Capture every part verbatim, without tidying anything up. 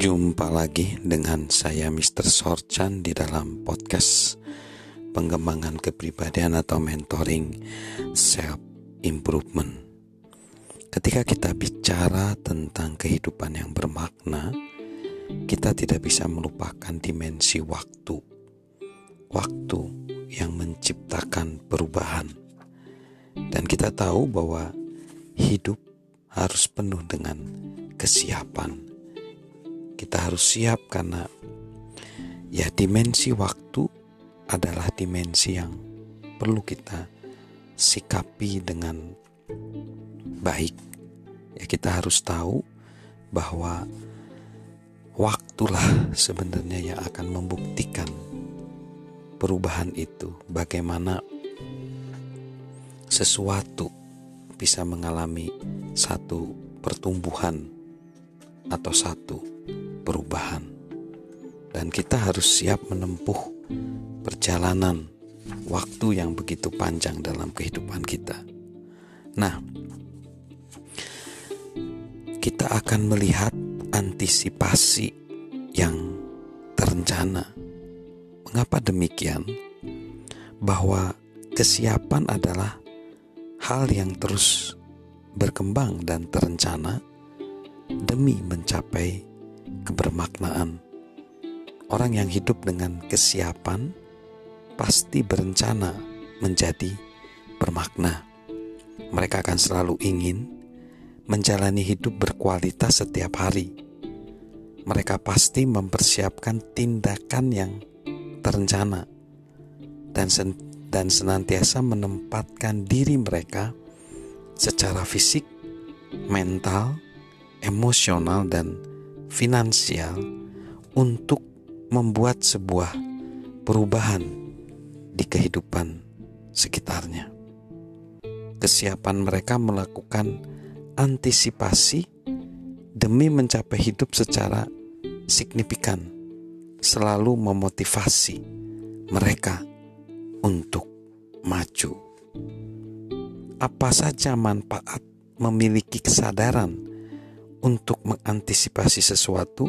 Jumpa lagi dengan saya mister Sorchan di dalam podcast pengembangan kepribadian atau mentoring self improvement. Ketika kita bicara tentang kehidupan yang bermakna, kita tidak bisa melupakan dimensi waktu. Waktu yang menciptakan perubahan. Dan kita tahu bahwa hidup harus penuh dengan kesiapan. Kita harus siap karena ya dimensi waktu adalah dimensi yang perlu kita sikapi dengan baik. Ya, kita harus tahu bahwa waktulah sebenarnya yang akan membuktikan perubahan itu. Bagaimana sesuatu bisa mengalami satu pertumbuhan atau satu perubahan, dan kita harus siap menempuh perjalanan waktu yang begitu panjang dalam kehidupan kita. Nah, kita akan melihat antisipasi yang terencana. Mengapa demikian? Bahwa kesiapan adalah hal yang terus berkembang dan terencana demi mencapai kebermaknaan. Orang yang hidup dengan kesiapan pasti berencana menjadi bermakna. Mereka akan selalu ingin menjalani hidup berkualitas setiap hari. Mereka pasti mempersiapkan tindakan yang terencana dan sen- dan senantiasa menempatkan diri mereka secara fisik, mental, emosional, dan finansial untuk membuat sebuah perubahan di kehidupan sekitarnya. Kesiapan mereka melakukan antisipasi demi mencapai hidup secara signifikan, selalu memotivasi mereka untuk maju. Apa saja manfaat memiliki kesadaran untuk mengantisipasi sesuatu?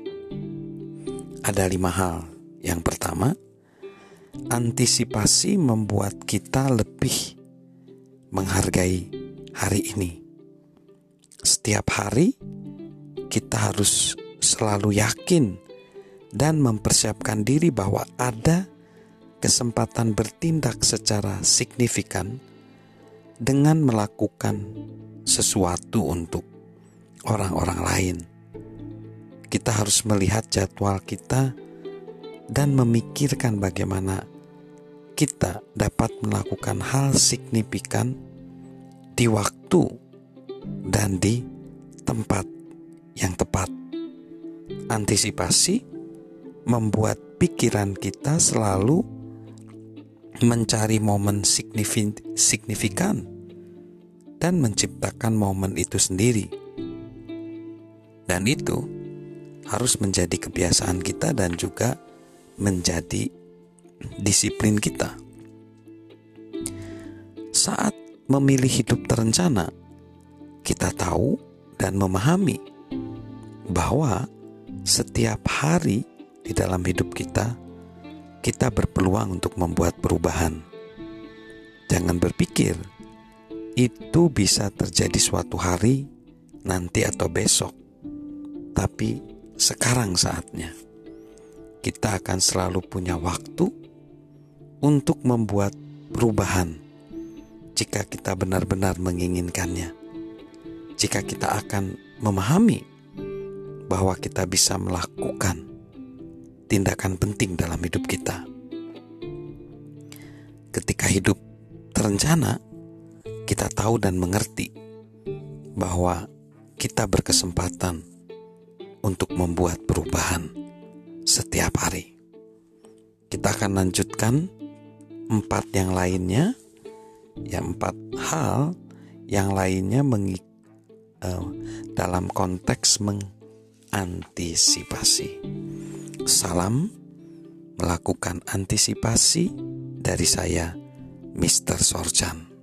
Ada lima hal. Yang pertama, antisipasi membuat kita lebih menghargai hari ini. Setiap hari kita harus selalu yakin dan mempersiapkan diri bahwa ada kesempatan bertindak secara signifikan dengan melakukan sesuatu untuk orang-orang lain. Kita harus melihat jadwal kita dan memikirkan bagaimana kita dapat melakukan hal signifikan di waktu dan di tempat yang tepat. Antisipasi membuat pikiran kita selalu mencari momen signifikan dan menciptakan momen itu sendiri. Dan itu harus menjadi kebiasaan kita dan juga menjadi disiplin kita. Saat memilih hidup terencana, kita tahu dan memahami bahwa setiap hari di dalam hidup kita, kita berpeluang untuk membuat perubahan. Jangan berpikir itu bisa terjadi suatu hari, nanti atau besok. Tapi sekarang saatnya. Kita akan selalu punya waktu untuk membuat perubahan jika kita benar-benar menginginkannya. Jika kita akan memahami bahwa kita bisa melakukan tindakan penting dalam hidup kita. Ketika hidup terencana, kita tahu dan mengerti bahwa kita berkesempatan untuk membuat perubahan setiap hari. Kita akan lanjutkan empat yang lainnya, ya empat hal yang lainnya mengik uh, dalam konteks mengantisipasi. Salam melakukan antisipasi dari saya, mister Sorchan.